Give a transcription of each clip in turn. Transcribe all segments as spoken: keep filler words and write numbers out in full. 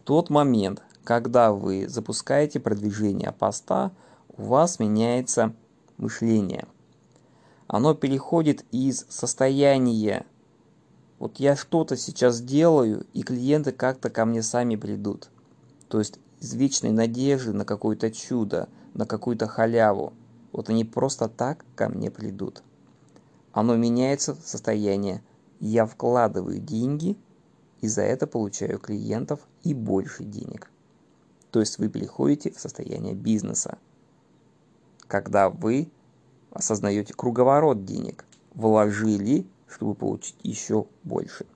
тот момент, когда вы запускаете продвижение поста, у вас меняется мышление. Оно переходит из состояния «вот я что-то сейчас делаю, и клиенты как-то ко мне сами придут». То есть из вечной надежды на какое-то чудо, на какую-то халяву. Вот они просто так ко мне придут. Оно меняется в состояние «я вкладываю деньги, и за это получаю клиентов и больше денег». То есть вы переходите в состояние бизнеса, когда вы осознаете круговорот денег. Вложили, чтобы получить еще больше.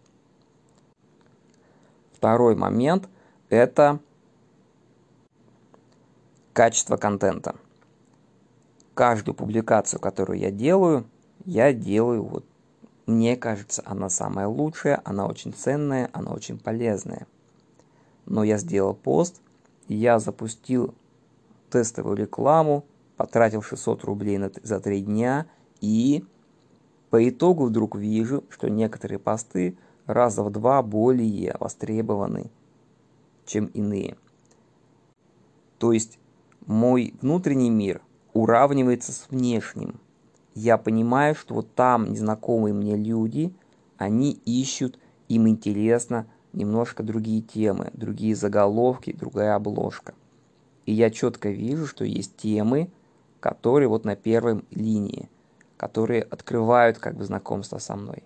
Второй момент – это качество контента. Каждую публикацию, которую я делаю, я делаю, вот, мне кажется, она самая лучшая, она очень ценная, она очень полезная. Но я сделал пост, я запустил тестовую рекламу, потратил шестьсот рублей на, за три дня, и по итогу вдруг вижу, что некоторые посты раза в два более востребованы, чем иные. То есть мой внутренний мир уравнивается с внешним. Я понимаю, что вот там незнакомые мне люди, они ищут, им интересно немножко другие темы, другие заголовки, другая обложка. И я четко вижу, что есть темы, которые вот на первой линии, которые открывают как бы знакомство со мной.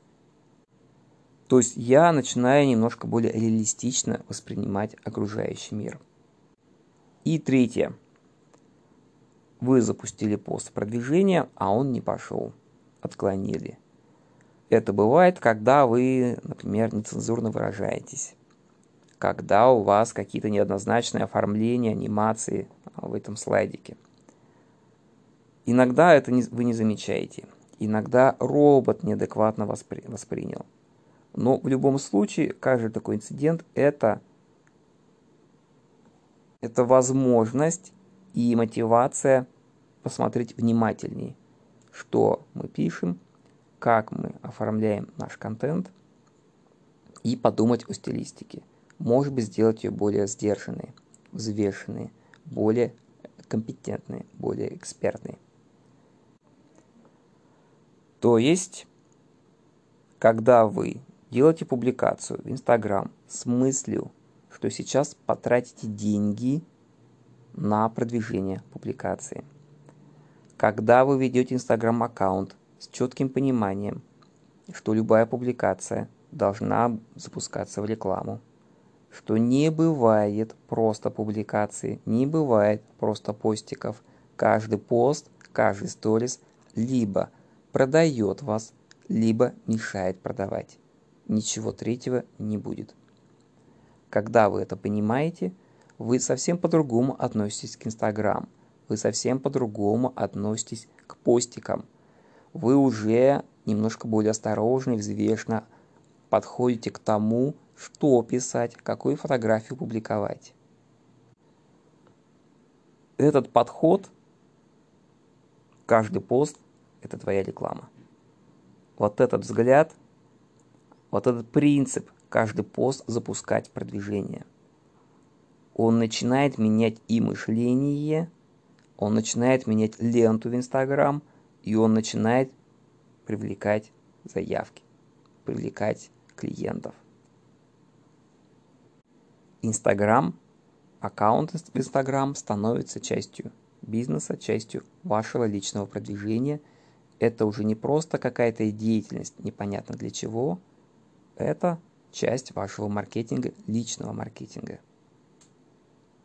То есть я начинаю немножко более реалистично воспринимать окружающий мир. И третье. Вы запустили пост продвижения, а он не пошел. Отклонили. Это бывает, когда вы, например, нецензурно выражаетесь. Когда у вас какие-то неоднозначные оформления, анимации в этом слайдике. Иногда это не, вы не замечаете. Иногда робот неадекватно воспри, воспринял. Но в любом случае, каждый такой инцидент это, это возможность и мотивация посмотреть внимательнее, что мы пишем, как мы оформляем наш контент, и подумать о стилистике. Может быть, сделать ее более сдержанной, взвешенной, более компетентной, более экспертной. То есть, когда вы делаете публикацию в Instagram с мыслью, что сейчас потратите деньги на продвижение публикации, когда вы ведете Instagram аккаунт с четким пониманием, что любая публикация должна запускаться в рекламу, что не бывает просто публикации, не бывает просто постиков. Каждый пост, каждый сторис либо продает вас, либо мешает продавать. Ничего третьего не будет. Когда вы это понимаете, вы совсем по-другому относитесь к Instagram. Вы совсем по-другому относитесь к постикам. Вы уже немножко более осторожно и взвешенно подходите к тому, что писать, какую фотографию публиковать. Этот подход, каждый пост – это твоя реклама. Вот этот взгляд, вот этот принцип, каждый пост запускать продвижение. Он начинает менять и мышление, он начинает менять ленту в Instagram, и он начинает привлекать заявки, привлекать клиентов. Инстаграм, аккаунт в Инстаграм становится частью бизнеса, частью вашего личного продвижения. Это уже не просто какая-то деятельность, непонятно для чего. Это часть вашего маркетинга, личного маркетинга.